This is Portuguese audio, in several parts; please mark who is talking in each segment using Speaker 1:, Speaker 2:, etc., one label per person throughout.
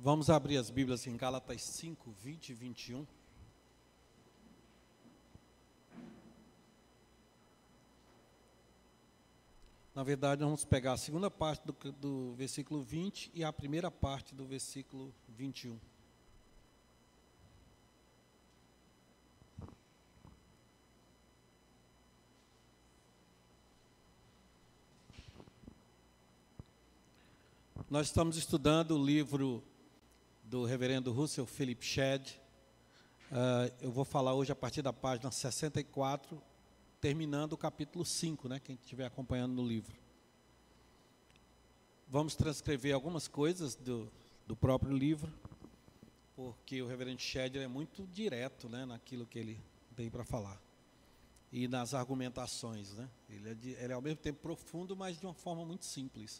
Speaker 1: Vamos abrir as Bíblias em Gálatas 5, 20 e 21. Na verdade, nós vamos pegar a segunda parte do versículo 20 e a primeira parte do versículo 21. Nós estamos estudando o livro do reverendo Russell Philip Shedd. Eu vou falar hoje a partir da página 64, terminando o capítulo 5, né, quem estiver acompanhando no livro. Vamos transcrever algumas coisas do próprio livro, porque o reverendo Shedd é muito direto, né, naquilo que ele tem para falar. E nas argumentações, né? Ele é ao mesmo tempo profundo, mas de uma forma muito simples.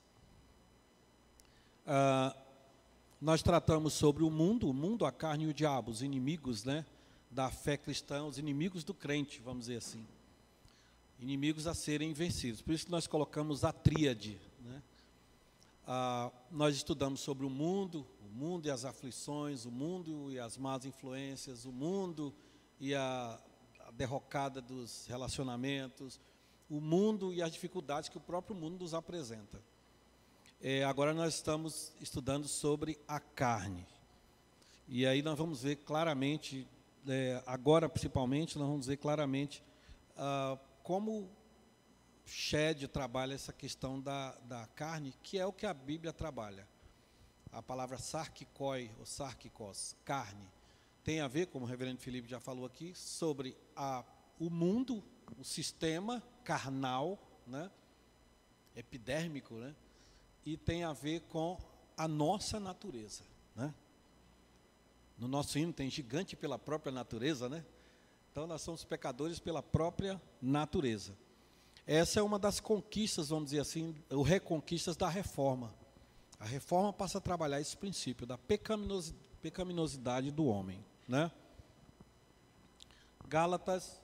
Speaker 1: Nós tratamos sobre o mundo, a carne e o diabo, os inimigos, né, da fé cristã, os inimigos do crente, vamos dizer assim. Inimigos a serem vencidos. Por isso que nós colocamos a tríade, né? Nós estudamos sobre o mundo e as aflições, o mundo e as más influências, o mundo e a derrocada dos relacionamentos, o mundo e as dificuldades que o próprio mundo nos apresenta. Agora nós estamos estudando sobre a carne. E aí nós vamos ver claramente, agora principalmente, nós vamos ver claramente como Shedd trabalha essa questão da carne, que é o que a Bíblia trabalha. A palavra sarkikoi, ou sarkikos, carne, tem a ver, como o reverendo Felipe já falou aqui, sobre o mundo, o sistema carnal, né, epidérmico, né, e tem a ver com a nossa natureza, né? No nosso hino tem gigante pela própria natureza, né? Então nós somos pecadores pela própria natureza. Essa é uma das conquistas, vamos dizer assim, ou reconquistas da reforma. A reforma passa a trabalhar esse princípio da pecaminosidade do homem, né? Gálatas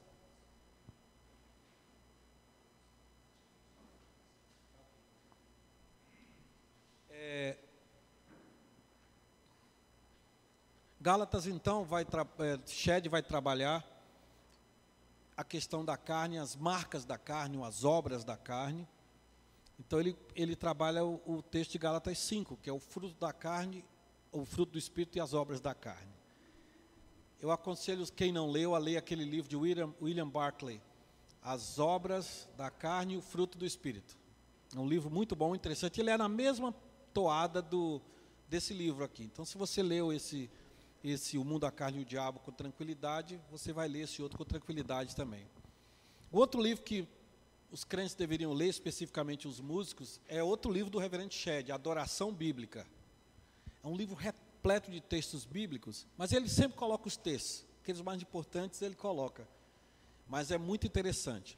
Speaker 1: então, Shedd vai trabalhar a questão da carne, as marcas da carne, as obras da carne. Então ele trabalha o texto de Gálatas 5, que é o fruto da carne, o fruto do Espírito e as obras da carne. Eu aconselho quem não leu a ler aquele livro de William Barclay, As Obras da Carne e o Fruto do Espírito. É um livro muito bom, interessante. Ele é na mesma toada desse livro aqui. Então, se você leu esse O Mundo, a Carne e o Diabo com tranquilidade, você vai ler esse outro com tranquilidade também. O outro livro que os crentes deveriam ler, especificamente os músicos, é outro livro do reverendo Shedd, Adoração Bíblica. É um livro repleto de textos bíblicos, mas ele sempre coloca os textos, aqueles mais importantes ele coloca. Mas é muito interessante.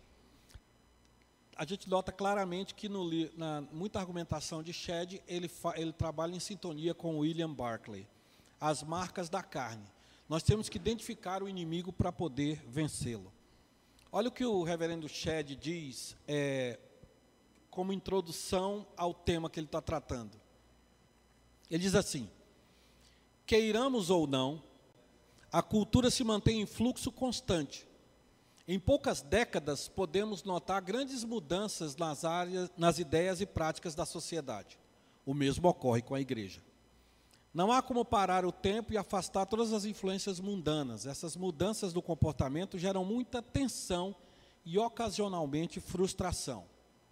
Speaker 1: A gente nota claramente que muita argumentação de Shedd, ele trabalha em sintonia com William Barclay. As marcas da carne. Nós temos que identificar o inimigo para poder vencê-lo. Olha o que o reverendo Shedd diz como introdução ao tema que ele está tratando. Ele diz assim: queiramos ou não, a cultura se mantém em fluxo constante. Em poucas décadas, podemos notar grandes mudanças nas ideias e práticas da sociedade. O mesmo ocorre com a igreja. Não há como parar o tempo e afastar todas as influências mundanas. Essas mudanças do comportamento geram muita tensão e, ocasionalmente, frustração.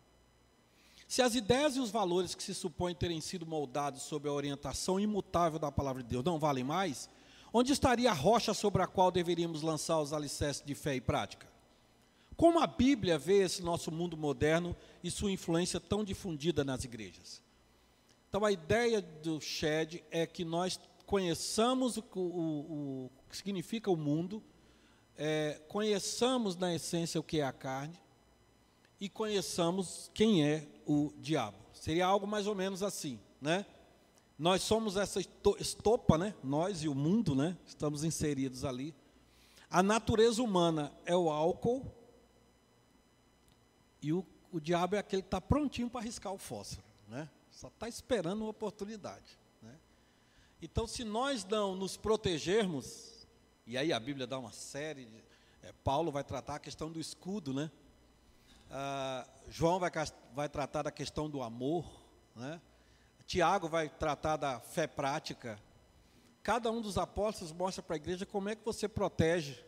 Speaker 1: Se as ideias e os valores que se supõem terem sido moldados sob a orientação imutável da palavra de Deus não valem mais, onde estaria a rocha sobre a qual deveríamos lançar os alicerces de fé e prática? Como a Bíblia vê esse nosso mundo moderno e sua influência tão difundida nas igrejas? Então, a ideia do Shedd é que nós conheçamos o que significa o mundo, conheçamos na essência o que é a carne e conheçamos quem é o diabo. Seria algo mais ou menos assim, né? Nós somos essa estopa, né? Nós e o mundo, né? Estamos inseridos ali. A natureza humana é o álcool e o diabo é aquele que está prontinho para riscar o fósforo, né? Só está esperando uma oportunidade, né? Então, se nós não nos protegermos, e aí a Bíblia dá uma série de... Paulo vai tratar a questão do escudo, né? João vai tratar da questão do amor, né? Tiago vai tratar da fé prática. Cada um dos apóstolos mostra para a igreja como é que você protege,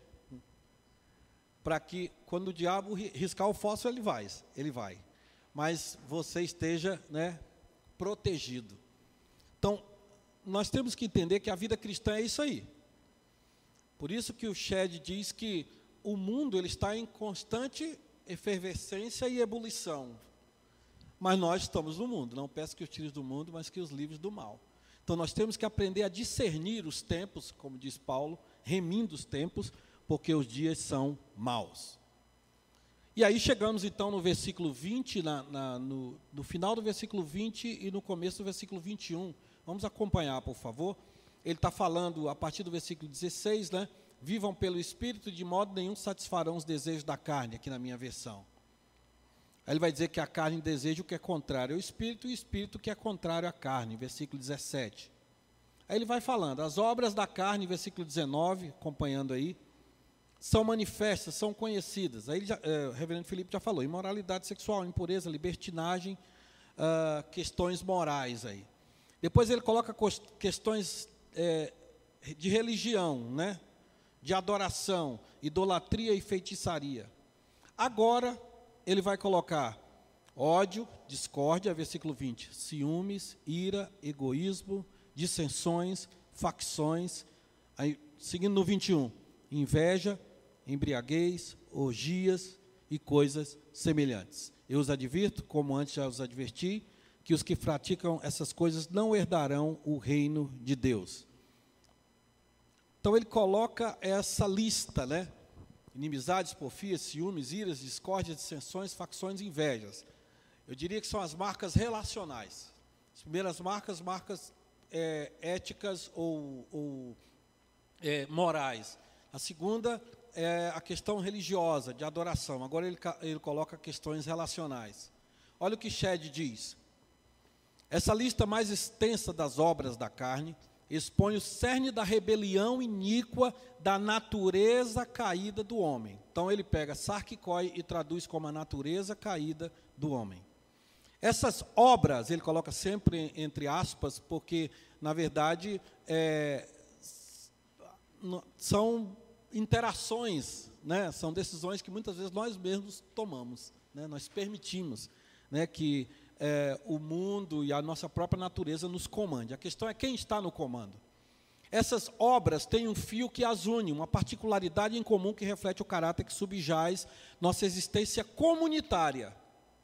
Speaker 1: para que quando o diabo riscar o fósforo, ele vai, mas você esteja, né, protegido. Então, nós temos que entender que a vida cristã é isso aí. Por isso que o Shed diz que o mundo ele está em constante efervescência e ebulição. Mas nós estamos no mundo. Não peço que os tires do mundo, mas que os livres do mal. Então nós temos que aprender a discernir os tempos, como diz Paulo, remindo os tempos, porque os são maus. E aí chegamos então no versículo 20, no final do versículo 20 e no começo do versículo 21. Vamos acompanhar, por favor. Ele está falando a partir do versículo 16, né? Vivam pelo Espírito, de modo nenhum satisfarão os desejos da carne, aqui na minha versão. Aí ele vai dizer que a carne deseja o que é contrário ao Espírito, e o Espírito que é contrário à carne, versículo 17. Aí ele vai falando, as obras da carne, versículo 19, acompanhando aí, são manifestas, são conhecidas. Aí o reverendo Felipe já falou, imoralidade sexual, impureza, libertinagem, questões morais aí. Depois ele coloca questões de religião, né? De adoração, idolatria e feitiçaria. Agora, ele vai colocar ódio, discórdia, versículo 20, ciúmes, ira, egoísmo, dissensões, facções, aí, seguindo no 21, inveja, embriaguez, orgias e coisas semelhantes. Eu os advirto, como antes já os adverti, que os que praticam essas coisas não herdarão o reino de Deus. Então ele coloca essa lista, né? Inimizades, porfias, ciúmes, iras, discórdias, dissensões, facções e invejas. Eu diria que são as marcas relacionais. As primeiras marcas éticas ou morais. A segunda é a questão religiosa, de adoração. Agora ele coloca questões relacionais. Olha o que Shed diz. Essa lista mais extensa das obras da carne expõe o cerne da rebelião iníqua da natureza caída do homem. Então ele pega sarkikoi e traduz como a natureza caída do homem. Essas obras, ele coloca sempre entre aspas, porque, na verdade, são interações, né? São decisões que muitas vezes nós mesmos tomamos, né? Nós permitimos, né, que o mundo e a nossa própria natureza nos comande. A questão é quem está no comando. Essas obras têm um fio que as une, uma particularidade em comum que reflete o caráter que subjaz nossa existência comunitária.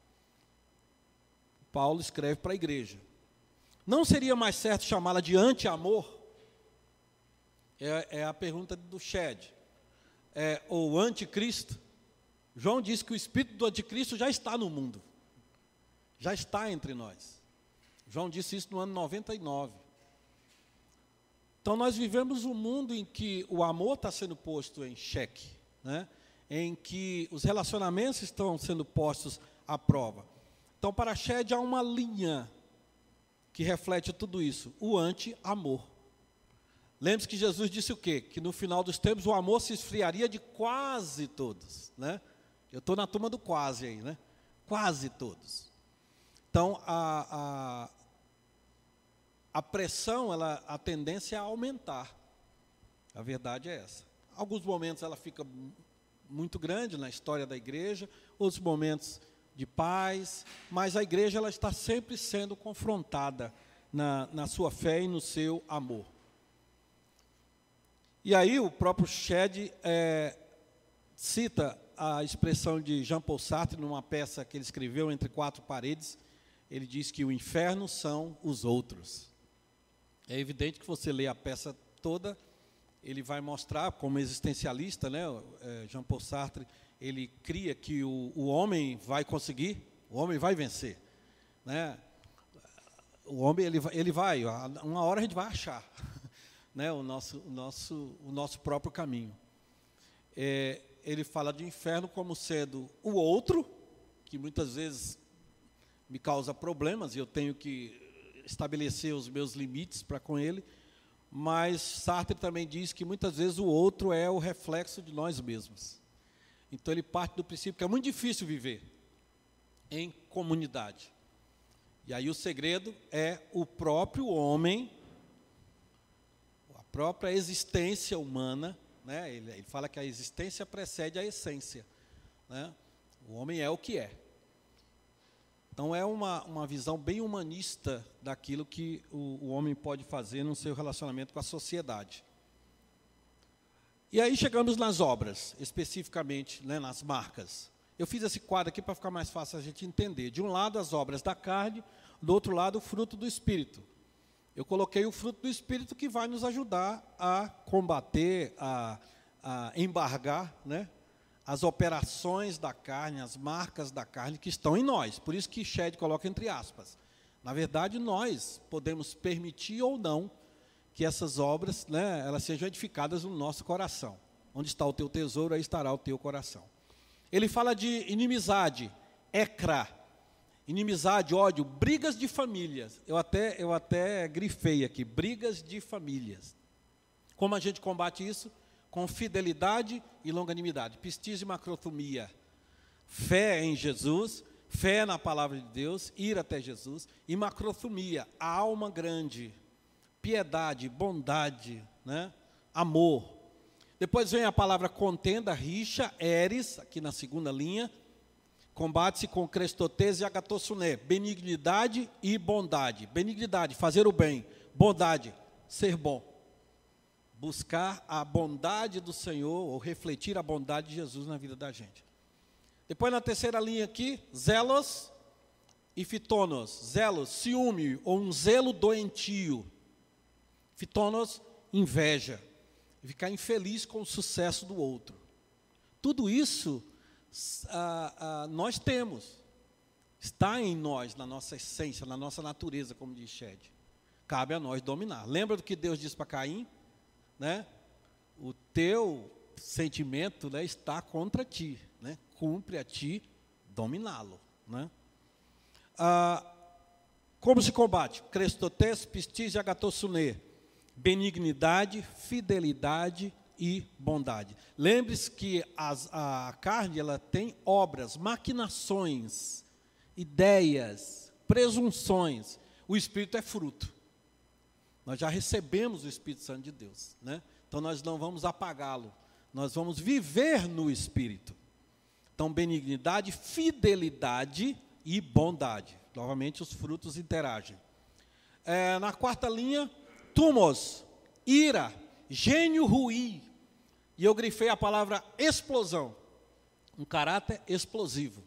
Speaker 1: Paulo escreve para a igreja. Não seria mais certo chamá-la de anti-amor? É a pergunta do Shed. Ou anticristo? João diz que o espírito do anticristo já está no mundo. Já está entre nós. João disse isso no ano 99. Então, nós vivemos um mundo em que o amor está sendo posto em xeque, né? Em que os relacionamentos estão sendo postos à prova. Então, para Shed há uma linha que reflete tudo isso, o anti-amor. Lembre-se que Jesus disse o quê? Que no final dos tempos o amor se esfriaria de quase todos, né? Eu estou na turma do quase aí, né? Quase todos. Então, a pressão, a tendência é a aumentar. A verdade é essa. Alguns momentos ela fica muito grande na história da igreja, outros momentos de paz, mas a igreja ela está sempre sendo confrontada na sua fé e no seu amor. E aí o próprio Shed cita a expressão de Jean-Paul Sartre numa peça que ele escreveu, Entre Quatro Paredes. Ele diz que o inferno são os outros. É evidente que você lê a peça toda, ele vai mostrar, como existencialista, né, Jean-Paul Sartre, ele cria que o homem vai conseguir, o homem vai vencer, né? O homem ele vai, uma hora a gente vai achar, né, o nosso próprio caminho. Ele fala de inferno como sendo o outro, que muitas vezes me causa problemas e eu tenho que estabelecer os meus limites para com ele, mas Sartre também diz que muitas vezes o outro é o reflexo de nós mesmos. Então ele parte do princípio que é muito difícil viver em comunidade. E aí o segredo é o próprio homem, a própria existência humana, né? Ele fala que a existência precede a essência, né? O homem é o que é. Então é uma visão bem humanista daquilo que o homem pode fazer no seu relacionamento com a sociedade. E aí chegamos nas obras, especificamente, né, nas marcas. Eu fiz esse quadro aqui para ficar mais fácil a gente entender. De um lado as obras da carne, do outro lado o fruto do Espírito. Eu coloquei o fruto do Espírito que vai nos ajudar a combater, a embargar, né, as operações da carne, as marcas da carne que estão em nós. Por isso que Shed coloca entre aspas. Na verdade, nós podemos permitir ou não que essas obras, né, elas sejam edificadas no nosso coração. Onde está o teu tesouro, aí estará o teu coração. Ele fala de inimizade, ecra, inimizade, ódio, brigas de famílias. Eu até grifei aqui, brigas de famílias. Como a gente combate isso? Com fidelidade e longanimidade. Pistis e macrotomia. Fé em Jesus, fé na palavra de Deus, ir até Jesus. E macrotomia, a alma grande, piedade, bondade, né? Amor. Depois vem a palavra contenda, rixa, eres, aqui na segunda linha. Combate-se com crestotes e agatossuné, benignidade e bondade. Benignidade, fazer o bem. Bondade, ser bom. Buscar a bondade do Senhor, ou refletir a bondade de Jesus na vida da gente. Depois, na terceira linha aqui, zelos e fitonos. Zelos, ciúme, ou um zelo doentio. Fitonos, inveja. Ficar infeliz com o sucesso do outro. Tudo isso nós temos. Está em nós, na nossa essência, na nossa natureza, como diz Shed. Cabe a nós dominar. Lembra do que Deus disse para Caim? Né? O teu sentimento, né, está contra ti, né? Cumpre a ti dominá-lo, né? Como se combate? Crestotes, pistis e agatossuné. Benignidade, fidelidade e bondade. Lembre-se que a carne ela tem obras, maquinações, ideias, presunções. O Espírito é fruto. Nós já recebemos o Espírito Santo de Deus, né? Então nós não vamos apagá-lo, nós vamos viver no Espírito. Então benignidade, fidelidade e bondade. Novamente os frutos interagem. Na quarta linha, tumos, ira, gênio ruim. E eu grifei a palavra explosão, um caráter explosivo.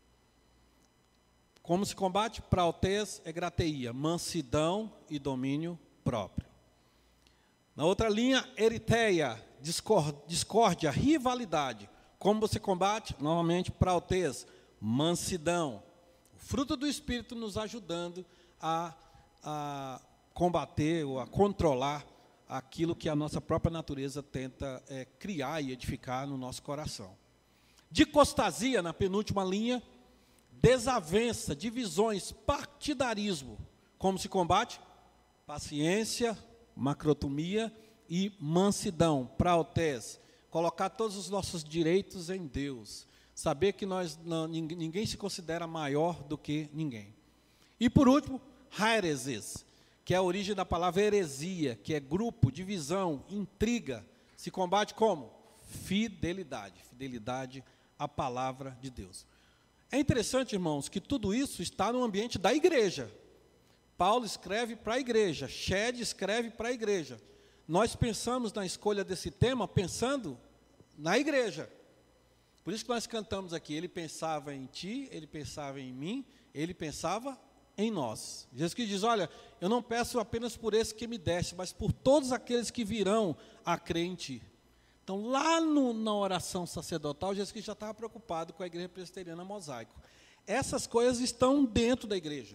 Speaker 1: Como se combate? Prautes, egrateia, mansidão e domínio próprio. Na outra linha, eritéia, discórdia, rivalidade. Como você combate? Novamente, prautes, mansidão. O fruto do Espírito nos ajudando a combater ou a controlar aquilo que a nossa própria natureza tenta criar e edificar no nosso coração. Dicostasia, na penúltima linha, desavença, divisões, partidarismo. Como se combate? Paciência, macrotomia e mansidão, prautes. Colocar todos os nossos direitos em Deus. Saber que ninguém se considera maior do que ninguém. E por último, haireses, que é a origem da palavra heresia, que é grupo, divisão, intriga. Se combate como? Fidelidade. Fidelidade à palavra de Deus. É interessante, irmãos, que tudo isso está no ambiente da igreja. Paulo escreve para a igreja, Shed escreve para a igreja. Nós pensamos na escolha desse tema pensando na igreja. Por isso que nós cantamos aqui, ele pensava em ti, ele pensava em mim, ele pensava em nós. Jesus que diz, olha, eu não peço apenas por esse que me deste, mas por todos aqueles que virão a crer em ti. Então, lá na oração sacerdotal, Jesus Cristo já estava preocupado com a igreja presbiteriana mosaico. Essas coisas estão dentro da igreja.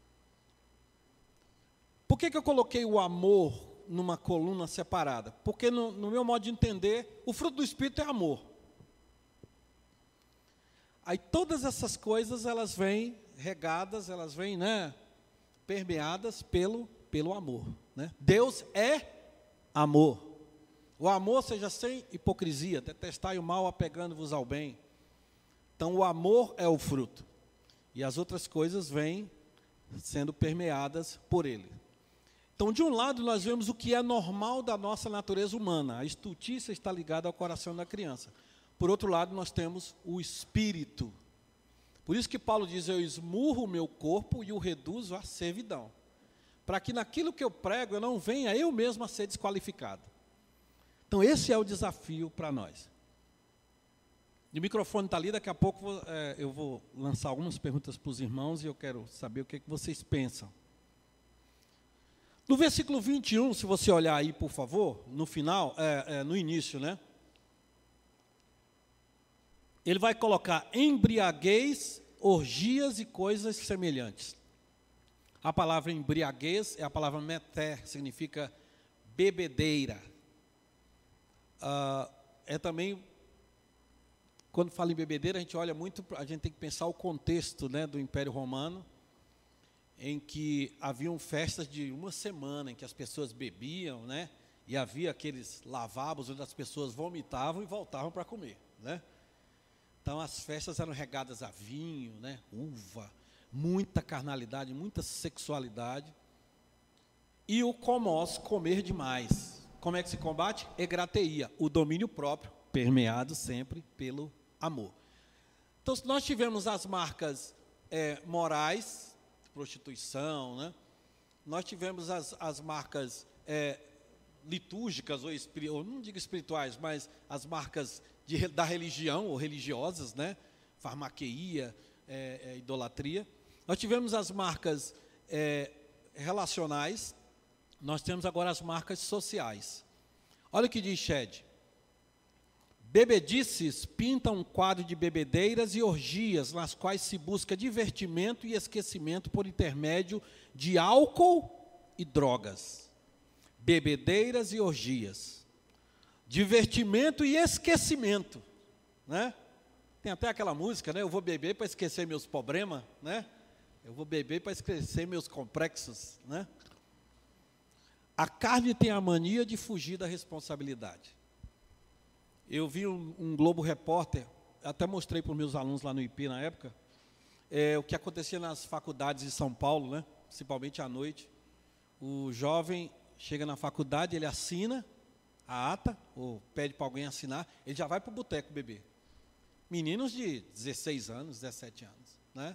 Speaker 1: Por que eu coloquei o amor numa coluna separada? Porque, no meu modo de entender, o fruto do Espírito é amor. Aí, todas essas coisas, elas vêm regadas, elas vêm, né, permeadas pelo amor. Né? Deus é amor. O amor seja sem hipocrisia, detestai o mal apegando-vos ao bem. Então, o amor é o fruto. E as outras coisas vêm sendo permeadas por ele. Então, de um lado, nós vemos o que é normal da nossa natureza humana. A estultícia está ligada ao coração da criança. Por outro lado, nós temos o espírito. Por isso que Paulo diz, eu esmurro o meu corpo e o reduzo à servidão. Para que naquilo que eu prego, eu não venha eu mesmo a ser desqualificado. Então, esse é o desafio para nós. O microfone está ali, daqui a pouco eu vou lançar algumas perguntas para os irmãos e eu quero saber o que vocês pensam. No versículo 21, se você olhar aí, por favor, no final, no início, né? Ele vai colocar embriaguez, orgias e coisas semelhantes. A palavra embriaguez é a palavra meter, significa bebedeira. Também, quando fala em bebedeira, a gente olha muito, a gente tem que pensar o contexto, né, do Império Romano, em que haviam festas de uma semana, em que as pessoas bebiam, né, e havia aqueles lavabos onde as pessoas vomitavam e voltavam para comer, né? Então, as festas eram regadas a vinho, né, uva, muita carnalidade, muita sexualidade. E o comós, comer demais. Como é que se combate? Egrateia, o domínio próprio, permeado sempre pelo amor. Então, nós tivemos as marcas morais, prostituição, né? Nós tivemos as marcas litúrgicas, ou não digo espirituais, mas as marcas da religião, ou religiosas, né? Farmaqueia, idolatria. Nós tivemos as marcas relacionais, nós temos agora as marcas sociais. Olha o que diz Shed. Bebedices pintam um quadro de bebedeiras e orgias, nas quais se busca divertimento e esquecimento por intermédio de álcool e drogas. Bebedeiras e orgias. Divertimento e esquecimento, né? Tem até aquela música, né? Eu vou beber para esquecer meus problemas, né? Eu vou beber para esquecer meus complexos, né? A carne tem a mania de fugir da responsabilidade. Eu vi um Globo Repórter, até mostrei para os meus alunos lá no IP na época, o que acontecia nas faculdades de São Paulo, né? Principalmente à noite. O jovem chega na faculdade, ele assina a ata, ou pede para alguém assinar, ele já vai para o boteco beber. Meninos de 16 anos, 17 anos. Né?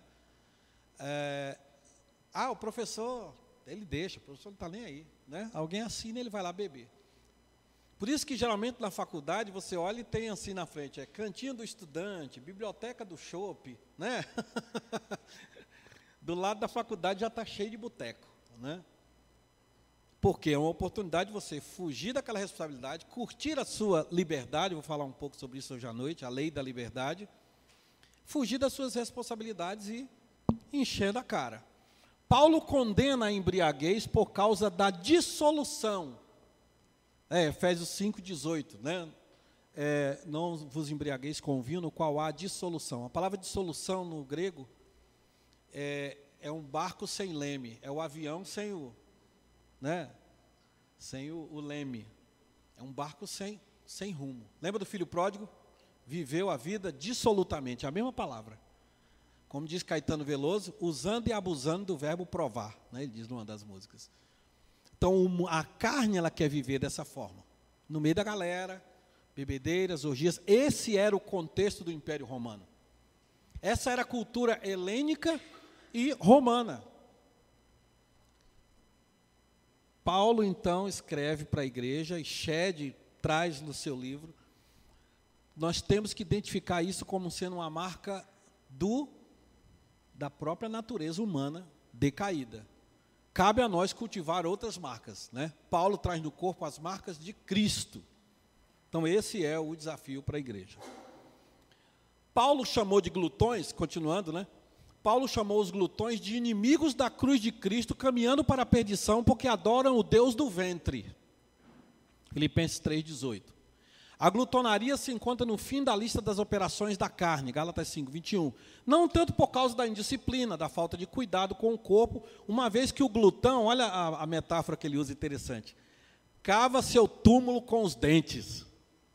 Speaker 1: O professor, ele deixa, o professor não está nem aí. Né? Alguém assina, ele vai lá beber. Por isso que, geralmente, na faculdade, você olha e tem assim na frente, cantinho do estudante, biblioteca do chopp, né? Do lado da faculdade já está cheio de boteco, né? Porque é uma oportunidade de você fugir daquela responsabilidade, curtir a sua liberdade, vou falar um pouco sobre isso hoje à noite, a lei da liberdade, fugir das suas responsabilidades e enchendo a cara. Paulo condena a embriaguez por causa da dissolução. Efésios 5,18, né? Não vos embriagueis com vinho no qual há dissolução. A palavra dissolução no grego é um barco sem leme, é o avião sem o... né? Sem o leme. É um barco sem rumo. Lembra do filho pródigo? Viveu a vida dissolutamente, a mesma palavra. Como diz Caetano Veloso, usando e abusando do verbo provar, né? Ele diz numa das músicas. Então, a carne, ela quer viver dessa forma. No meio da galera, bebedeiras, orgias. Esse era o contexto do Império Romano. Essa era a cultura helênica e romana. Paulo, então, escreve para a igreja, e Shed traz no seu livro, nós temos que identificar isso como sendo uma marca da própria natureza humana decaída. Cabe a nós cultivar outras marcas, né? Paulo traz no corpo as marcas de Cristo. Então, esse é o desafio para a igreja. Paulo chamou de glutões, continuando, né? Paulo chamou os glutões de inimigos da cruz de Cristo, caminhando para a perdição, porque adoram o Deus do ventre. Filipenses 3,18. A glutonaria se encontra no fim da lista das operações da carne, Gálatas 5,21. Não tanto por causa da indisciplina, da falta de cuidado com o corpo, uma vez que o glutão, olha a metáfora que ele usa interessante, cava seu túmulo com os dentes.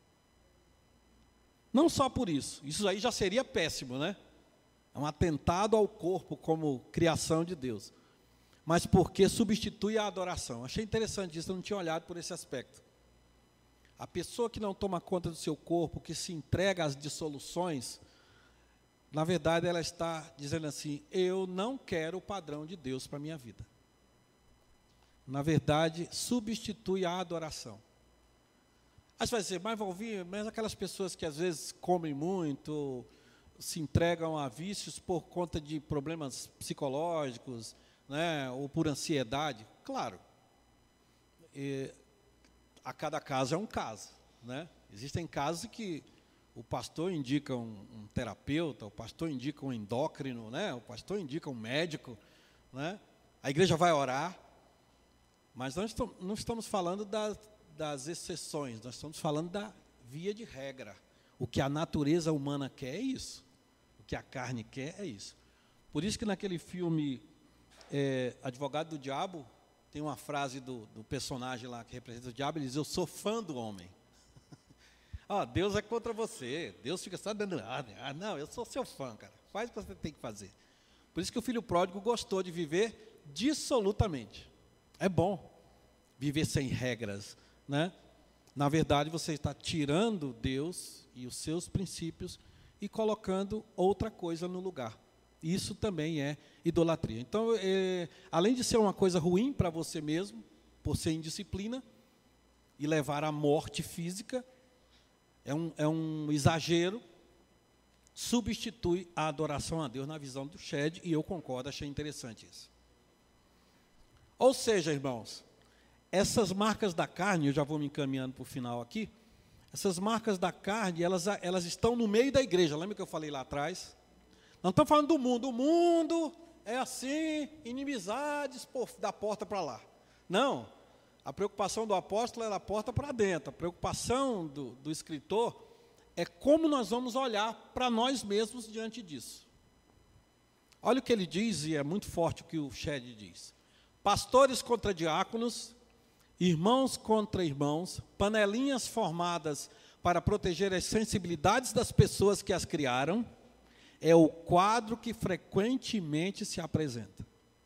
Speaker 1: Não só por isso, isso aí já seria péssimo, né? É um atentado ao corpo como criação de Deus. Mas porque substitui a adoração. Achei interessante isso, eu não tinha olhado por esse aspecto. A pessoa que não toma conta do seu corpo, que se entrega às dissoluções, na verdade ela está dizendo assim, eu não quero o padrão de Deus para a minha vida. Na verdade, substitui a adoração. Aí você vai dizer, mas Valvir, mas aquelas pessoas que às vezes comem muito, se entregam a vícios por conta de problemas psicológicos, né, ou por ansiedade, claro, a cada caso é um caso, né? Existem casos que o pastor indica um terapeuta, o pastor indica um endócrino, né, o pastor indica um médico, né? A igreja vai orar, mas nós não estamos falando das exceções, nós estamos falando da via de regra. O que a natureza humana quer é isso, o que a carne quer é isso. Por isso que naquele filme Advogado do Diabo, tem uma frase do personagem lá que representa o diabo, ele diz, eu sou fã do homem. Deus é contra você, Deus fica só dando, não, eu sou seu fã, cara, faz o que você tem que fazer. Por isso que o filho pródigo gostou de viver dissolutamente. É bom viver sem regras, né? Na verdade, você está tirando Deus e os seus princípios e colocando outra coisa no lugar. Isso também é idolatria. Então, além de ser uma coisa ruim para você mesmo, por ser indisciplina e levar à morte física, é um exagero, substitui a adoração a Deus na visão do Shed, e eu concordo, achei interessante isso. Ou seja, irmãos, essas marcas da carne, eu já vou me encaminhando para o final aqui, essas marcas da carne, elas estão no meio da igreja, lembra que eu falei lá atrás? Não estamos falando do mundo, o mundo é assim, inimizades da porta para lá. Não, a preocupação do apóstolo é da porta para dentro, a preocupação do escritor é como nós vamos olhar para nós mesmos diante disso. Olha o que ele diz, e é muito forte o que o Shed diz. Pastores contra diáconos, irmãos contra irmãos, panelinhas formadas para proteger as sensibilidades das pessoas que as criaram, é o quadro que frequentemente se apresenta.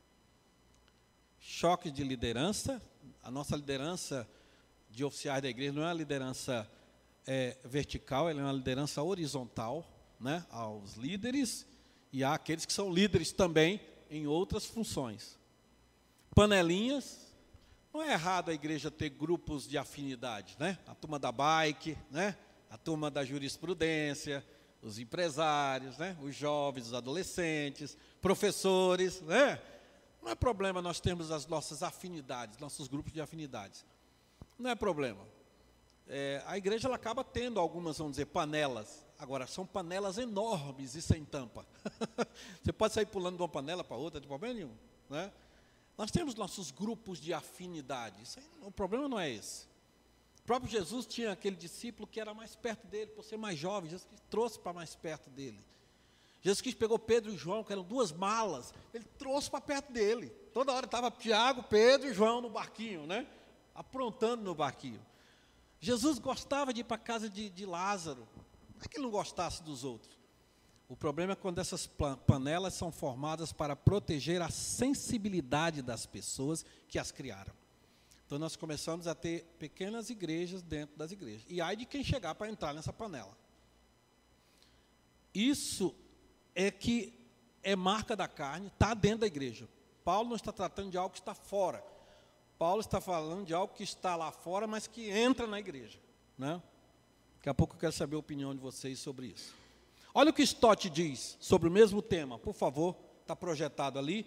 Speaker 1: Choque de liderança. A nossa liderança de oficiais da igreja não é uma liderança vertical, ela é uma liderança horizontal, né, aos líderes, e há aqueles que são líderes também em outras funções. Panelinhas. Não é errado a igreja ter grupos de afinidade, né? A turma da bike, né? A turma da jurisprudência, os empresários, né? Os jovens, os adolescentes, professores, né? Não é problema nós termos as nossas afinidades, nossos grupos de afinidades. Não é problema. A igreja ela acaba tendo algumas, vamos dizer, panelas. Agora, são panelas enormes e sem tampa. Você pode sair pulando de uma panela para outra, de problema nenhum, né? Nós temos nossos grupos de afinidade. O problema não é esse. O próprio Jesus tinha aquele discípulo que era mais perto dele, por ser mais jovem. Jesus trouxe para mais perto dele. Jesus Cristo pegou Pedro e João, que eram duas malas, ele trouxe para perto dele. Toda hora estava Tiago, Pedro e João no barquinho, né? Aprontando no barquinho. Jesus gostava de ir para a casa de Lázaro. Não é que ele não gostasse dos outros. O problema é quando essas panelas são formadas para proteger a sensibilidade das pessoas que as criaram. Então, nós começamos a ter pequenas igrejas dentro das igrejas. E ai de quem chegar para entrar nessa panela. Isso é que é marca da carne, está dentro da igreja. Paulo não está tratando de algo que está fora. Paulo está falando de algo que está lá fora, mas que entra na igreja, né? Daqui a pouco eu quero saber a opinião de vocês sobre isso. Olha o que Stott diz sobre o mesmo tema, por favor, está projetado ali.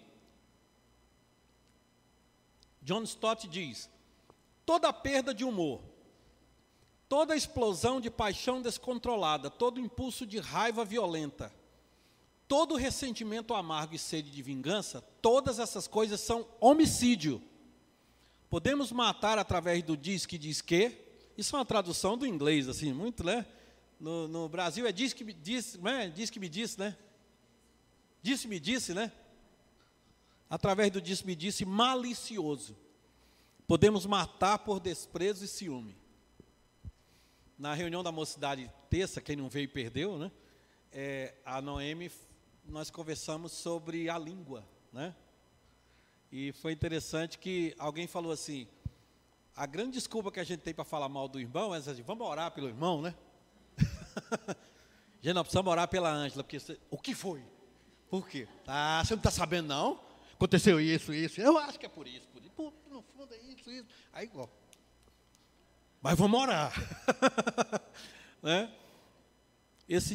Speaker 1: John Stott diz: toda perda de humor, toda explosão de paixão descontrolada, todo impulso de raiva violenta, todo ressentimento amargo e sede de vingança, todas essas coisas são homicídio. Podemos matar através do diz que, isso é uma tradução do inglês, assim, muito, né? No Brasil é diz que me disse, né? Diz que me disse, né? Disse-me disse, né? Através do disse-me disse malicioso. Podemos matar por desprezo e ciúme. Na reunião da mocidade terça, quem não veio perdeu, né? A Noemi, nós conversamos sobre a língua, né? E foi interessante que alguém falou assim, a grande desculpa que a gente tem para falar mal do irmão é assim, vamos orar pelo irmão, né? Gente, nós precisamos orar pela Ângela, porque o que foi? Por quê? Ah, você não está sabendo não? Aconteceu isso, eu acho que é por isso. Pô, no fundo é isso. Aí, ó. Mas vamos orar. Né? Esse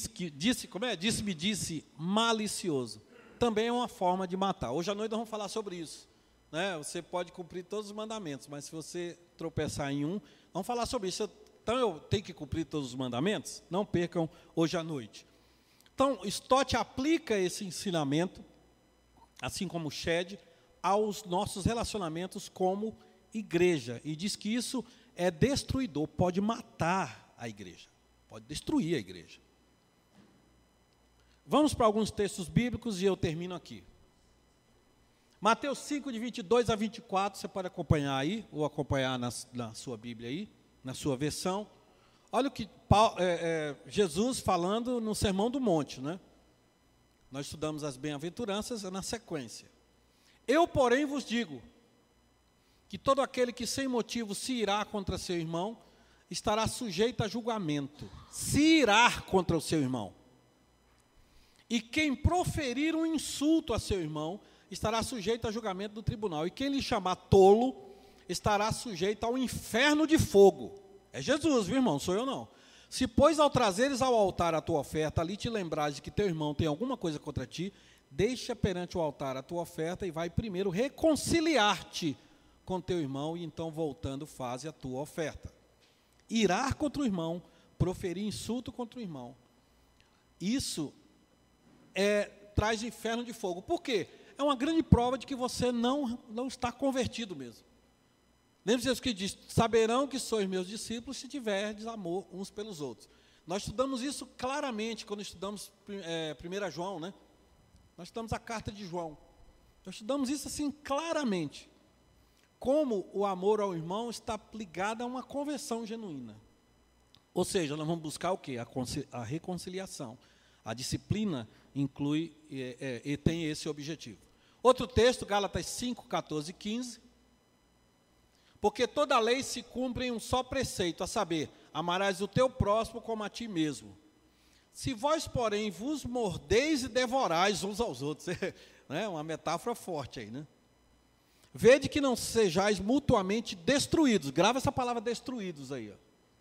Speaker 1: disse malicioso. Também é uma forma de matar. Hoje à noite nós vamos falar sobre isso. Né? Você pode cumprir todos os mandamentos, mas se você tropeçar em um, vamos falar sobre isso. Então eu tenho que cumprir todos os mandamentos? Não percam hoje à noite. Então, Stott aplica esse ensinamento, assim como o Shed, aos nossos relacionamentos como igreja. E diz que isso é destruidor, pode matar a igreja, pode destruir a igreja. Vamos para alguns textos bíblicos e eu termino aqui. Mateus 5, de 22 a 24, você pode acompanhar aí, ou acompanhar na sua Bíblia aí, na sua versão. Olha o que Jesus falando no Sermão do Monte, né? Nós estudamos as bem-aventuranças na sequência. Eu, porém, vos digo, que todo aquele que sem motivo se irá contra seu irmão, estará sujeito a julgamento. Se irá contra o seu irmão. E quem proferir um insulto a seu irmão, estará sujeito a julgamento do tribunal. E quem lhe chamar tolo, estará sujeito ao inferno de fogo. É Jesus, viu, irmão? Sou eu não. Se, pois, ao trazeres ao altar a tua oferta, ali te lembrares de que teu irmão tem alguma coisa contra ti, deixa perante o altar a tua oferta e vai primeiro reconciliar-te com teu irmão, e então, voltando, faze a tua oferta. Irar contra o irmão, proferir insulto contra o irmão. Isso traz inferno de fogo. Por quê? É uma grande prova de que você não está convertido mesmo. Lembre-se que diz, saberão que sois meus discípulos se tiverdes amor uns pelos outros. Nós estudamos isso claramente quando estudamos 1 João, né? Nós estudamos a carta de João. Nós estudamos isso assim claramente. Como o amor ao irmão está ligado a uma conversão genuína. Ou seja, nós vamos buscar o quê? A reconciliação. A disciplina inclui e tem esse objetivo. Outro texto, Gálatas 5, 14 e 15. Porque toda a lei se cumpre em um só preceito, a saber, amarás o teu próximo como a ti mesmo. Se vós, porém, vos mordeis e devorais uns aos outros, né? Uma metáfora forte aí, né? Vede que não sejais mutuamente destruídos. Grava essa palavra destruídos aí.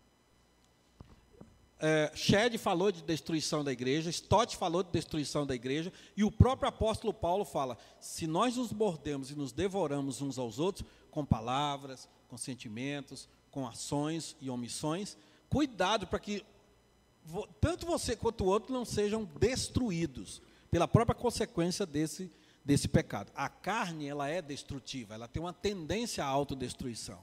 Speaker 1: Shed falou de destruição da igreja, Stott falou de destruição da igreja, e o próprio apóstolo Paulo fala, se nós nos mordemos e nos devoramos uns aos outros, com palavras, com sentimentos, com ações e omissões, cuidado para que tanto você quanto o outro não sejam destruídos pela própria consequência desse pecado. A carne, ela é destrutiva, ela tem uma tendência à autodestruição.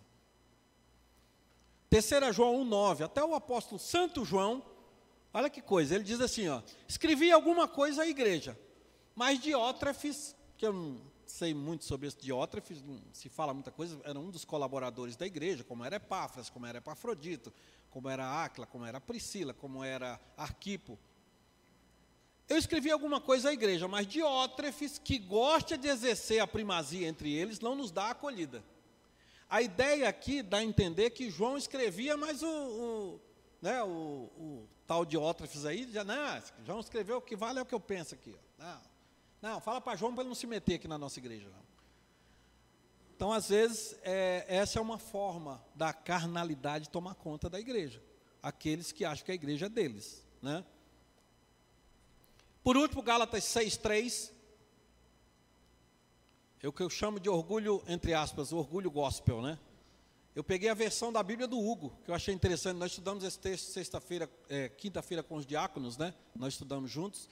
Speaker 1: 3 João 1,9, até o apóstolo Santo João, olha que coisa, ele diz assim, ó, escrevi alguma coisa à igreja, mas Diótrefes, que eu não sei muito sobre esse Diótrefes, não se fala muita coisa, era um dos colaboradores da igreja, como era Epáfras, como era Epafrodito, como era Áquila, como era Priscila, como era Arquipo. Eu escrevi alguma coisa à igreja, mas Diótrefes, que gosta de exercer a primazia entre eles, não nos dá acolhida. A ideia aqui dá a entender que João escrevia, mas o tal Diótrefes aí, João escreveu, o que vale é o que eu penso aqui. Não, fala para João para ele não se meter aqui na nossa igreja. Não. Então, às vezes, essa é uma forma da carnalidade tomar conta da igreja. Aqueles que acham que a igreja é deles. Né? Por último, Gálatas 6,3. É o que eu chamo de orgulho, entre aspas, orgulho gospel, né? Eu peguei a versão da Bíblia do Hugo, que eu achei interessante. Nós estudamos esse texto quinta-feira com os diáconos, né? Nós estudamos juntos.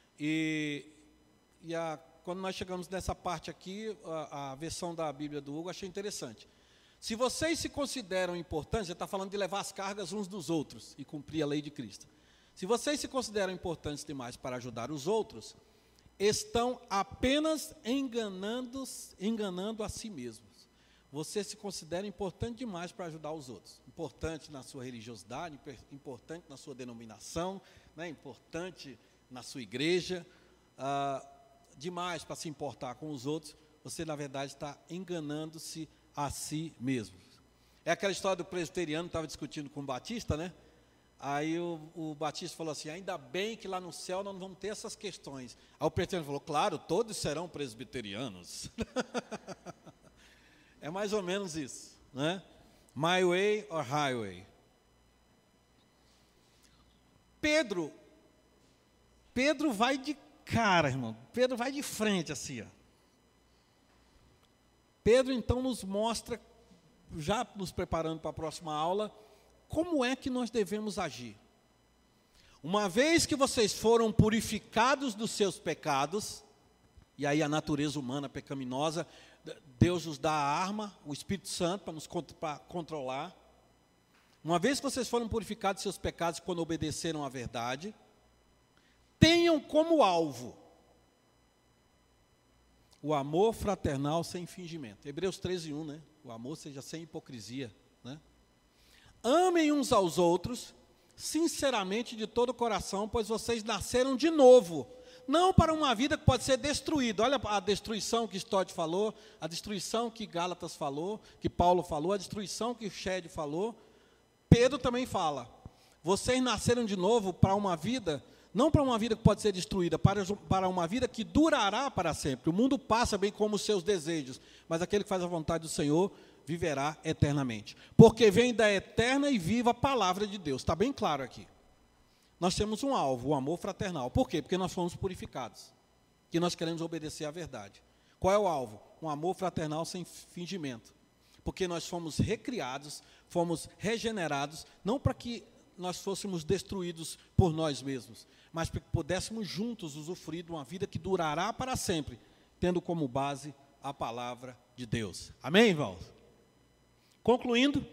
Speaker 1: Quando nós chegamos nessa parte aqui, a versão da Bíblia do Hugo, achei interessante. Se vocês se consideram importantes, ele está falando de levar as cargas uns dos outros e cumprir a lei de Cristo. Se vocês se consideram importantes demais para ajudar os outros, estão apenas enganando a si mesmos. você se considera importante demais para ajudar os outros. Importante na sua religiosidade, importante na sua denominação, né? Importante na sua igreja, demais para se importar com os outros, você, na verdade, está enganando-se a si mesmo. É aquela história do presbiteriano, estava discutindo com o Batista, né? Aí o Batista falou assim, ainda bem que lá no céu nós não vamos ter essas questões. Aí o presbiteriano falou, claro, todos serão presbiterianos. É mais ou menos isso, né? My way or highway. Pedro vai de cara, irmão. Pedro vai de frente assim, ó. Pedro então nos mostra, já nos preparando para a próxima aula, como é que nós devemos agir. Uma vez que vocês foram purificados dos seus pecados, e aí a natureza humana pecaminosa, Deus nos dá a arma, o Espírito Santo, para nos controlar. Uma vez que vocês foram purificados dos seus pecados quando obedeceram à verdade, tenham como alvo o amor fraternal sem fingimento. Hebreus 13:1, né? O amor seja sem hipocrisia, né? Amem uns aos outros, sinceramente, de todo o coração, pois vocês nasceram de novo, não para uma vida que pode ser destruída. Olha a destruição que Stott falou, a destruição que Gálatas falou, que Paulo falou, a destruição que Shed falou. Pedro também fala, vocês nasceram de novo para uma vida, não para uma vida que pode ser destruída, para uma vida que durará para sempre. O mundo passa bem como os seus desejos, mas aquele que faz a vontade do Senhor viverá eternamente. Porque vem da eterna e viva palavra de Deus. Está bem claro aqui. Nós temos um alvo, o amor fraternal. Por quê? Porque nós fomos purificados. Que nós queremos obedecer à verdade. Qual é o alvo? Um amor fraternal sem fingimento. Porque nós fomos recriados, fomos regenerados, não para que nós fôssemos destruídos por nós mesmos, mas para que pudéssemos juntos usufruir de uma vida que durará para sempre, tendo como base a palavra de Deus. Amém, irmãos? Concluindo,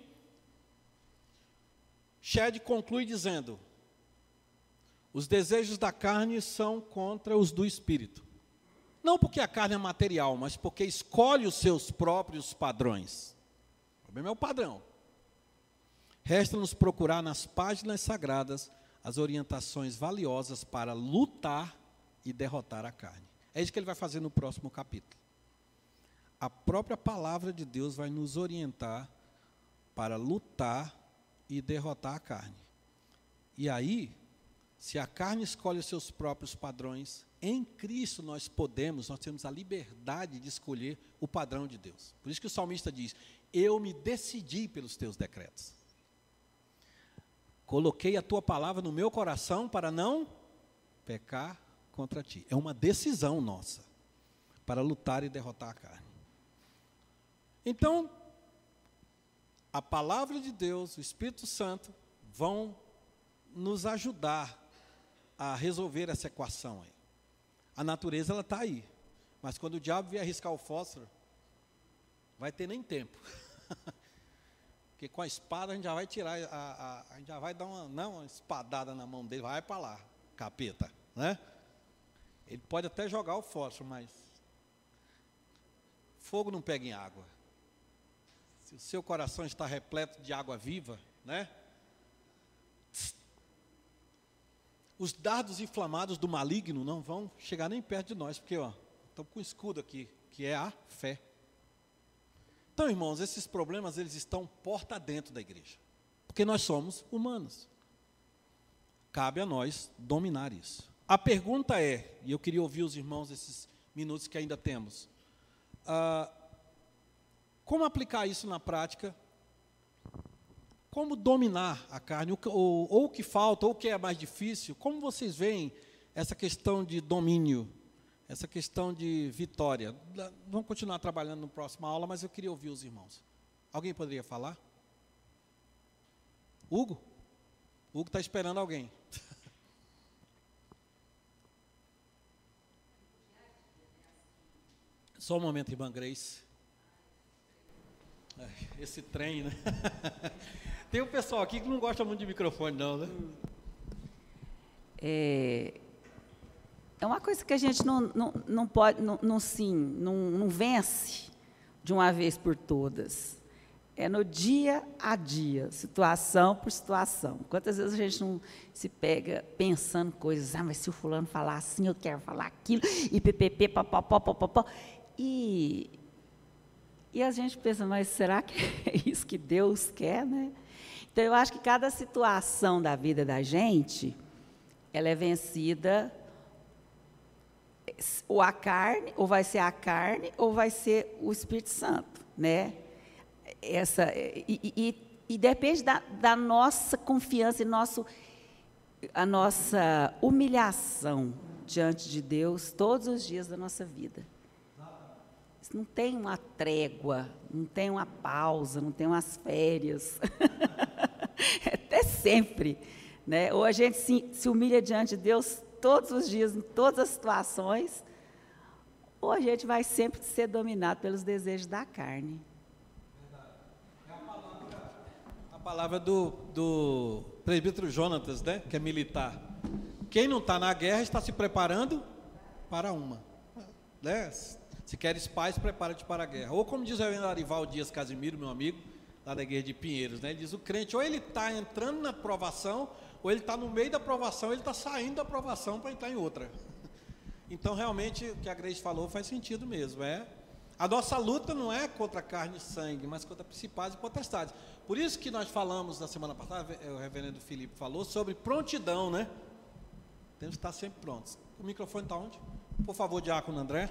Speaker 1: Shed conclui dizendo, os desejos da carne são contra os do Espírito. Não porque a carne é material, mas porque escolhe os seus próprios padrões. O problema é o padrão. Resta-nos procurar nas páginas sagradas as orientações valiosas para lutar e derrotar a carne. É isso que ele vai fazer no próximo capítulo. A própria palavra de Deus vai nos orientar para lutar e derrotar a carne. E aí, se a carne escolhe os seus próprios padrões, em Cristo nós temos a liberdade de escolher o padrão de Deus. Por isso que o salmista diz, eu me decidi pelos teus decretos. Coloquei a tua palavra no meu coração para não pecar contra ti. É uma decisão nossa para lutar e derrotar a carne. Então, a palavra de Deus, o Espírito Santo, vão nos ajudar a resolver essa equação aí. A natureza, ela está aí. Mas quando o diabo vier arriscar o fósforo, vai ter nem tempo. Porque com a espada a gente já vai tirar, a gente já vai dar uma espadada na mão dele, vai para lá, capeta, né? Ele pode até jogar o fósforo, mas fogo não pega em água. Se o seu coração está repleto de água viva, né? Os dardos inflamados do maligno não vão chegar nem perto de nós, porque, ó, estamos com um escudo aqui, que é a fé. Então, irmãos, esses problemas, eles estão porta dentro da igreja. Porque nós somos humanos. Cabe a nós dominar isso. A pergunta é, e eu queria ouvir os irmãos esses minutos que ainda temos. Como aplicar isso na prática? Como dominar a carne? Ou o que falta, ou o que é mais difícil? Como vocês veem essa questão de domínio? Essa questão de vitória? Vamos continuar trabalhando na próxima aula, mas eu queria ouvir os irmãos. Alguém poderia falar? Hugo? Hugo está esperando alguém. Só um momento, irmã Grace. Esse trem, né? Tem um pessoal aqui que não gosta muito de microfone, não, né?
Speaker 2: É uma coisa que a gente não pode, não vence, de uma vez por todas. É no dia a dia, situação por situação. Quantas vezes a gente não se pega pensando coisas, mas se o fulano falar assim, eu quero falar aquilo, e ppp, papapá. E a gente pensa, mas será que é isso que Deus quer, né? Então, eu acho que cada situação da vida da gente, ela é vencida, ou a carne, ou vai ser a carne, ou vai ser o Espírito Santo, né? E depende da nossa confiança e a nossa humilhação diante de Deus todos os dias da nossa vida. Não tem uma trégua, não tem uma pausa, não tem umas férias. Até sempre, né? Ou a gente se humilha diante de Deus todos os dias, em todas as situações, ou a gente vai sempre ser dominado pelos desejos da carne.
Speaker 1: É a palavra do presbítero Jonatas, né? Que é militar. Quem não está na guerra está se preparando para uma, né? Se queres paz, prepara-te para a guerra. Ou como diz o reverendo Arivaldo Dias Casimiro, meu amigo, lá da igreja de Pinheiros, né? Ele diz, o crente, ou ele está entrando na provação, ou ele está no meio da provação, ele está saindo da provação para entrar em outra. Então, realmente, o que a Grace falou faz sentido mesmo. A nossa luta não é contra carne e sangue, mas contra principados e potestades. Por isso que nós falamos na semana passada, o reverendo Felipe falou, sobre prontidão, né? Temos que estar sempre prontos. O microfone está onde? Por favor, diácono André.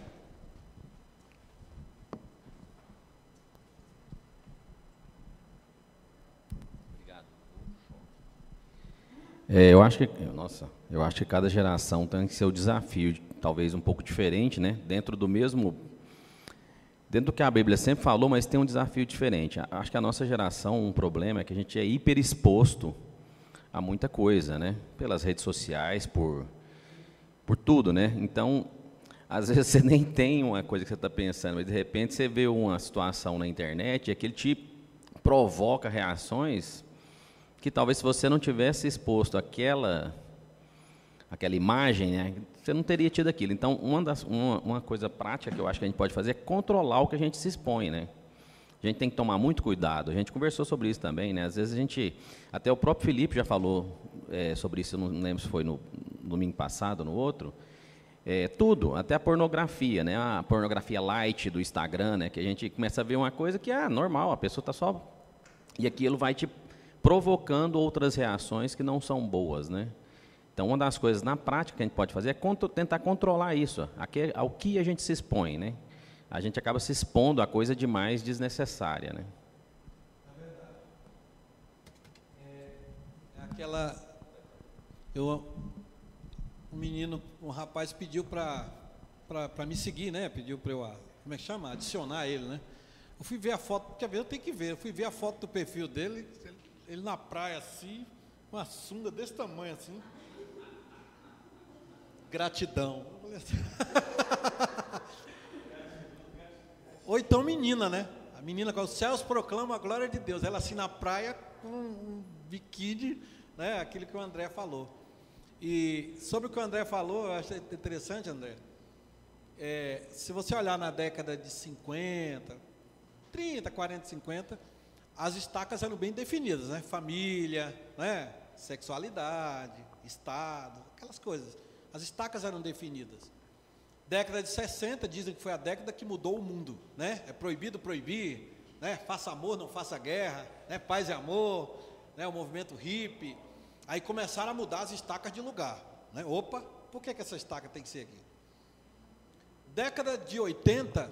Speaker 3: Eu acho que cada geração tem que ser o desafio, talvez um pouco diferente, né? Dentro do que a Bíblia sempre falou, mas tem um desafio diferente. Acho que a nossa geração, um problema é que a gente é hiperexposto a muita coisa, né? Pelas redes sociais, por tudo, né? Então, às vezes você nem tem uma coisa que você está pensando, mas de repente você vê uma situação na internet e aquele te provoca reações que talvez se você não tivesse exposto aquela imagem, né, você não teria tido aquilo. Então, uma coisa prática que eu acho que a gente pode fazer é controlar o que a gente se expõe, né? A gente tem que tomar muito cuidado. A gente conversou sobre isso também, né? Às vezes até o próprio Felipe já falou sobre isso, eu não lembro se foi no domingo passado ou no outro. Tudo, até a pornografia, né? A pornografia light do Instagram, né? Que a gente começa a ver uma coisa que é normal, a pessoa está só... E aquilo vai te provocando outras reações que não são boas, né? Então, uma das coisas na prática que a gente pode fazer é tentar controlar isso, ao que a gente se expõe, né? A gente acaba se expondo a coisa demais desnecessária, né?
Speaker 1: É verdade. Um rapaz pediu para me seguir, né? Pediu para eu, como é que chama? Adicionar ele, né? Eu fui ver a foto, porque às vezes eu tenho que ver. Eu fui ver a foto do perfil dele, ele na praia assim, uma sunga desse tamanho assim. Gratidão. Ou então menina, né? A menina com os céus proclamam a glória de Deus. Ela assim na praia com um biquíni, né? Aquilo que o André falou. E sobre o que o André falou, eu achei interessante, André. Se você olhar na década de 50, 30, 40, 50, as estacas eram bem definidas, né? Família, né? Sexualidade, Estado, aquelas coisas. As estacas eram definidas. Década de 60, dizem que foi a década que mudou o mundo, né? É proibido proibir, né? Faça amor, não faça guerra, né? Paz e amor, né? O movimento hippie. Aí começaram a mudar as estacas de lugar, né? Opa, por que essa estaca tem que ser aqui? Década de 80,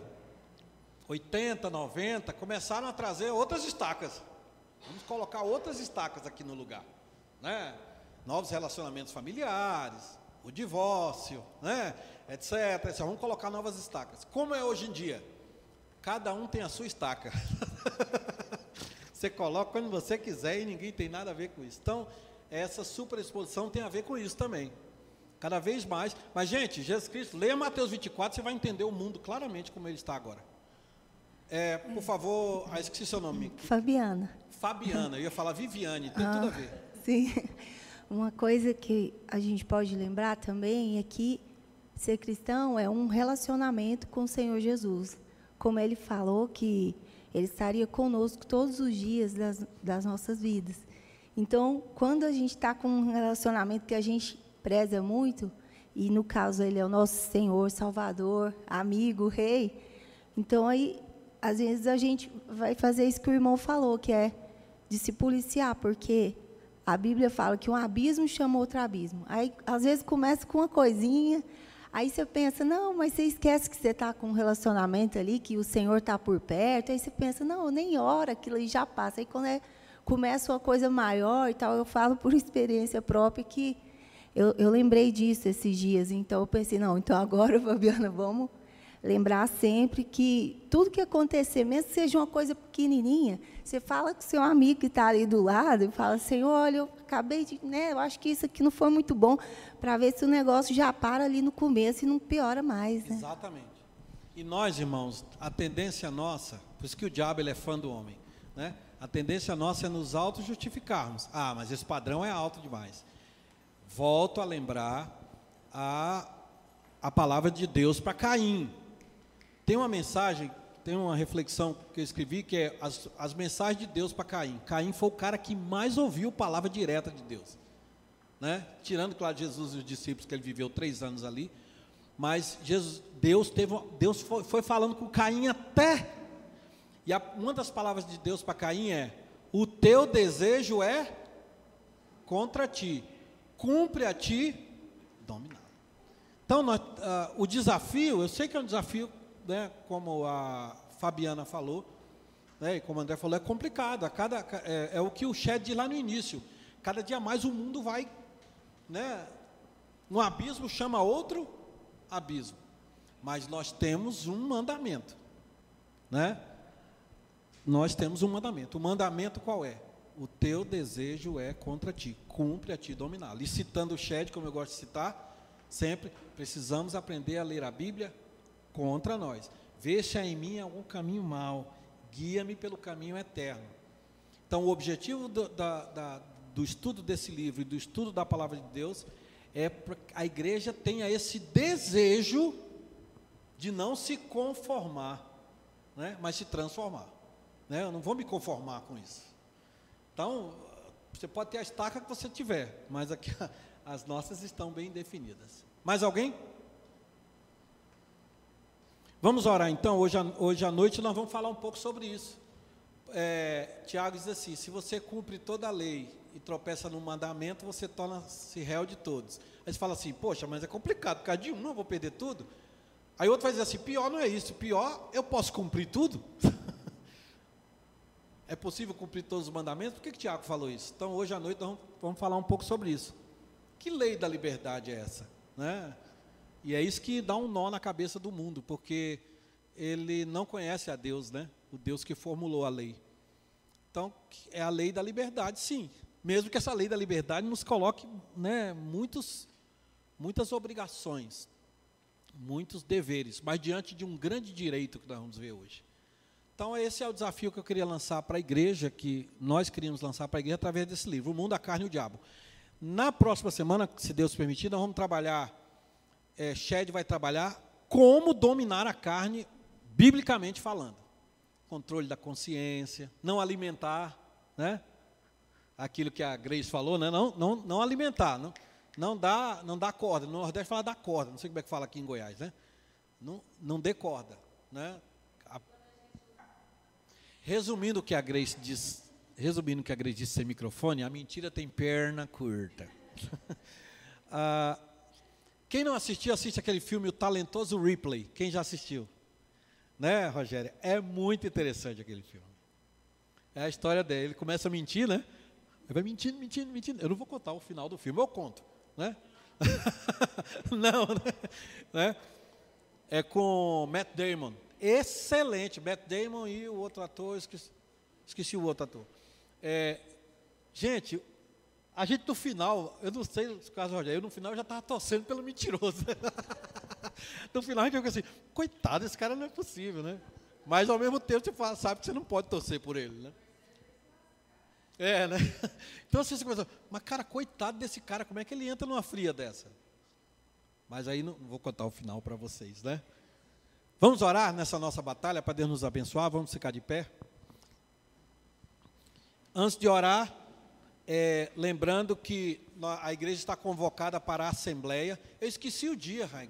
Speaker 1: 90, começaram a trazer outras estacas. Vamos colocar outras estacas aqui no lugar, né? Novos relacionamentos familiares, o divórcio, né? Etc. Vamos colocar novas estacas. Como é hoje em dia? Cada um tem a sua estaca. Você coloca quando você quiser e ninguém tem nada a ver com isso. Então, essa superexposição tem a ver com isso também. Cada vez mais. Mas, gente, Jesus Cristo, leia Mateus 24, você vai entender o mundo claramente como ele está agora. Por favor, esqueci seu nome.
Speaker 4: Fabiana.
Speaker 1: Fabiana, eu ia falar Viviane, tem tudo a ver.
Speaker 4: Sim. Uma coisa que a gente pode lembrar também é que ser cristão é um relacionamento com o Senhor Jesus. como ele falou que ele estaria conosco todos os dias das nossas vidas. Então, quando a gente está com um relacionamento que a gente preza muito, e no caso ele é o nosso Senhor, Salvador, amigo, Rei, então aí, às vezes a gente vai fazer isso que o irmão falou, que é de se policiar, porque a Bíblia fala que um abismo chama outro abismo. Aí, às vezes, começa com uma coisinha, aí você pensa, não, mas você esquece que você está com um relacionamento ali, que o Senhor está por perto, aí você pensa, não, nem ora, aquilo aí já passa. Aí, quando começa uma coisa maior e tal, eu falo por experiência própria que eu lembrei disso esses dias, então eu pensei, não, então agora, Fabiana, vamos lembrar sempre que tudo que acontecer, mesmo que seja uma coisa pequenininha, você fala com o seu amigo que está ali do lado e fala assim, olha, eu acabei de, eu acho que isso aqui não foi muito bom, para ver se o negócio já para ali no começo e não piora mais. Né?
Speaker 1: Exatamente. E nós, irmãos, a tendência nossa, por isso que o diabo ele é fã do homem, né? A tendência nossa é nos auto-justificarmos. Ah, mas esse padrão é alto demais. Volto a lembrar a palavra de Deus para Caim. Tem uma mensagem, tem uma reflexão que eu escrevi, que é as mensagens de Deus para Caim. Caim foi o cara que mais ouviu palavra direta de Deus. Né? Tirando, claro, Jesus e os discípulos, que ele viveu 3 anos ali. Mas Deus foi falando com Caim até... E uma das palavras de Deus para Caim é: o teu desejo é contra ti, cumpre a ti dominar. Então, o desafio, eu sei que é um desafio, né, como a Fabiana falou, né, e como o André falou, é complicado. É o que o Shed diz lá no início: cada dia mais o mundo vai, né, um abismo chama outro abismo. Mas nós temos um mandamento, né? Nós temos um mandamento. O mandamento qual é? O teu desejo é contra ti, cumpre a ti dominar. E citando o Shed, como eu gosto de citar, sempre precisamos aprender a ler a Bíblia contra nós. Vê se há em mim algum caminho mau, guia-me pelo caminho eterno. Então, o objetivo do estudo desse livro e do estudo da palavra de Deus é que a igreja tenha esse desejo de não se conformar, né, mas se transformar. Né? Eu não vou me conformar com isso. Então, você pode ter a estaca que você tiver, mas aqui as nossas estão bem definidas. Mais alguém? Vamos orar então. Hoje à noite nós vamos falar um pouco sobre isso. Tiago diz assim: se você cumpre toda a lei e tropeça no mandamento, você torna-se réu de todos. Aí você fala assim: poxa, mas é complicado, por causa de um eu vou perder tudo. Aí outro vai dizer assim: pior não é isso, pior eu posso cumprir tudo. É possível cumprir todos os mandamentos? Por que Tiago falou isso? Então, hoje à noite, nós vamos falar um pouco sobre isso. Que lei da liberdade é essa? Né? E é isso que dá um nó na cabeça do mundo, porque ele não conhece a Deus, né? O Deus que formulou a lei. Então, é a lei da liberdade, sim. Mesmo que essa lei da liberdade nos coloque, né, muitas obrigações, muitos deveres, mas diante de um grande direito que nós vamos ver hoje. Então, esse é o desafio que eu queria lançar para a igreja, que nós queríamos lançar para a igreja através desse livro, O Mundo, a Carne e o Diabo. Na próxima semana, se Deus permitir, nós vamos trabalhar, Shed vai trabalhar como dominar a carne, biblicamente falando. Controle da consciência, não alimentar, né? Aquilo que a Grace falou, né? Não alimentar, não dá corda. No Nordeste fala dar corda, não sei como é que fala aqui em Goiás, né? Não dê corda, né? Resumindo o que a Grace disse sem microfone, a mentira tem perna curta. Quem não assistiu, assiste aquele filme O Talentoso Ripley. Quem já assistiu? Né, Rogério? É muito interessante aquele filme. É a história dele. Ele começa a mentir, né? Ele vai mentindo. Eu não vou contar o final do filme, eu conto, né? Não, né? É com Matt Damon. Excelente, Matt Damon e o outro ator, esqueci o outro ator. Gente, a gente no final, eu não sei o caso do Rogério, no final já estava torcendo pelo mentiroso. No final a gente fica assim, coitado, esse cara não é possível, né? Mas ao mesmo tempo você sabe que você não pode torcer por ele, né? Né? Então assim, você começa, mas cara, coitado desse cara, como é que ele entra numa fria dessa? Mas aí não vou contar o final para vocês, né? Vamos orar nessa nossa batalha para Deus nos abençoar, vamos ficar de pé. Antes de orar, lembrando que a igreja está convocada para a assembleia. Eu esqueci o dia, Raig.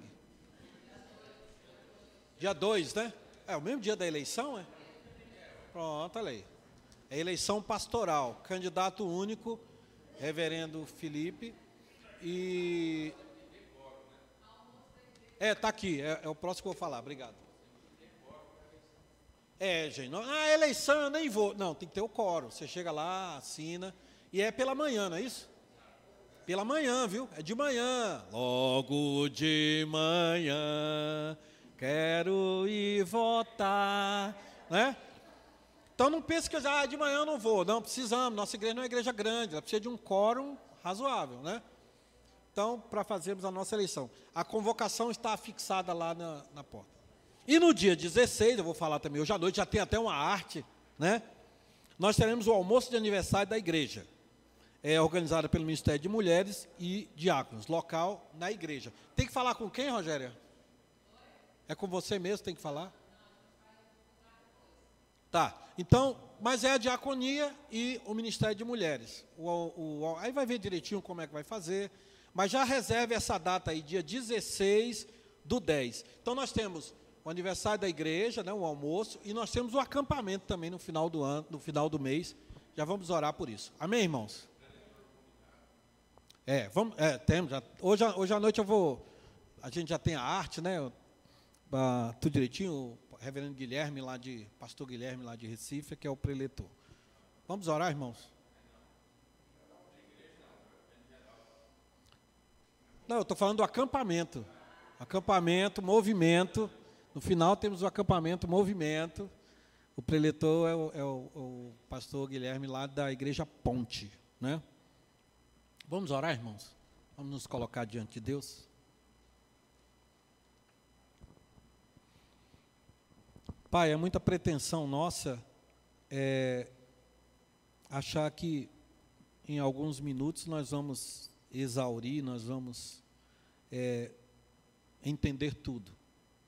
Speaker 1: Dia 2, né? É o mesmo dia da eleição, é? Pronto, olha aí. É eleição pastoral, candidato único, reverendo Felipe. E... tá aqui, é o próximo que eu vou falar, obrigado. Gente, a eleição eu nem vou. Não, tem que ter o quórum. Você chega lá, assina. E é pela manhã, não é isso? Pela manhã, viu? É de manhã. Logo de manhã, quero ir votar. Né? Então não pense que de manhã eu não vou. Não, precisamos. Nossa igreja não é uma igreja grande. Ela precisa de um quórum razoável, né? Então, para fazermos a nossa eleição. A convocação está fixada lá na porta. E no dia 16, eu vou falar também, hoje à noite já tem até uma arte, né? Nós teremos o almoço de aniversário da igreja. É organizado pelo Ministério de Mulheres e Diáconos, local na igreja. Tem que falar com quem, Rogéria? É com você mesmo, tem que falar? Tá, então, mas é a diaconia e o Ministério de Mulheres. Aí vai ver direitinho como é que vai fazer, mas já reserve essa data aí, dia 16/10. Então nós temos o aniversário da igreja, né, o almoço, e nós temos o acampamento também no final do ano, no final do mês. Já vamos orar por isso. Amém, irmãos? Temos. Hoje à noite a gente já tem a arte, né? Tudo direitinho. O reverendo Guilherme pastor Guilherme lá de Recife, que é o preletor. Vamos orar, irmãos? Não, eu estou falando do acampamento. Acampamento, movimento. No final temos o acampamento, movimento. O preletor é o pastor Guilherme lá da Igreja Ponte, né? Vamos orar, irmãos? Vamos nos colocar diante de Deus? Pai, é muita pretensão nossa achar que em alguns minutos nós vamos exaurir, nós vamos entender tudo.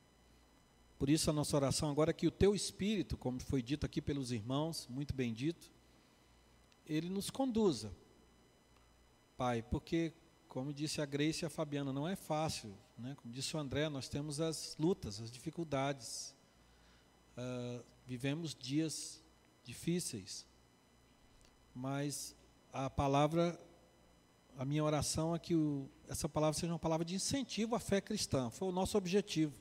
Speaker 1: Por isso a nossa oração agora é que o Teu Espírito, como foi dito aqui pelos irmãos, muito bem dito, ele nos conduza, Pai, porque, como disse a Grace e a Fabiana, não é fácil, né? Como disse o André, nós temos as lutas, as dificuldades, vivemos dias difíceis, mas a minha oração é que essa palavra seja uma palavra de incentivo à fé cristã, foi o nosso objetivo.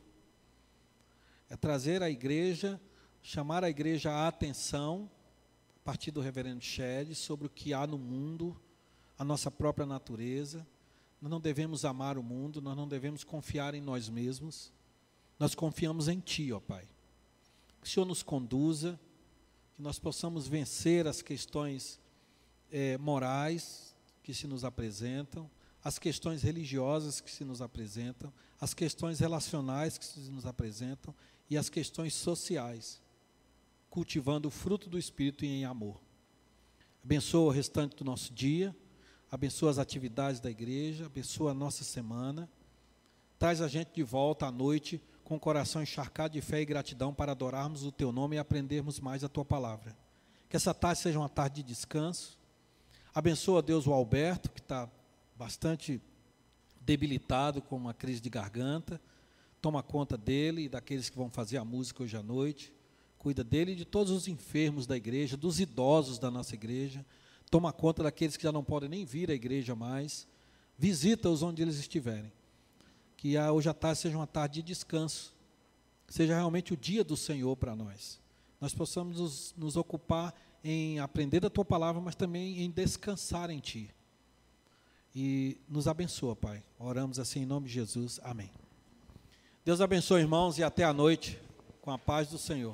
Speaker 1: É trazer a igreja, chamar a igreja à atenção, a partir do reverendo Shed, sobre o que há no mundo, a nossa própria natureza. Nós não devemos amar o mundo, nós não devemos confiar em nós mesmos. Nós confiamos em Ti, ó Pai. Que o Senhor nos conduza, que nós possamos vencer as questões morais que se nos apresentam, as questões religiosas que se nos apresentam, as questões relacionais que se nos apresentam e as questões sociais, cultivando o fruto do Espírito e em amor. Abençoa o restante do nosso dia, abençoa as atividades da igreja, abençoa a nossa semana, traz a gente de volta à noite com o coração encharcado de fé e gratidão para adorarmos o Teu nome e aprendermos mais a Tua palavra. Que essa tarde seja uma tarde de descanso. Abençoa, Deus, o Alberto, que está bastante debilitado com uma crise de garganta. Toma conta dele e daqueles que vão fazer a música hoje à noite. Cuida dele e de todos os enfermos da igreja, dos idosos da nossa igreja. Toma conta daqueles que já não podem nem vir à igreja mais. Visita-os onde eles estiverem. Que hoje à tarde seja uma tarde de descanso. Seja realmente o dia do Senhor para nós. Nós possamos nos ocupar em aprender da Tua palavra, mas também em descansar em Ti. E nos abençoa, Pai. Oramos assim em nome de Jesus. Amém. Deus abençoe, irmãos, e até a noite, com a paz do Senhor.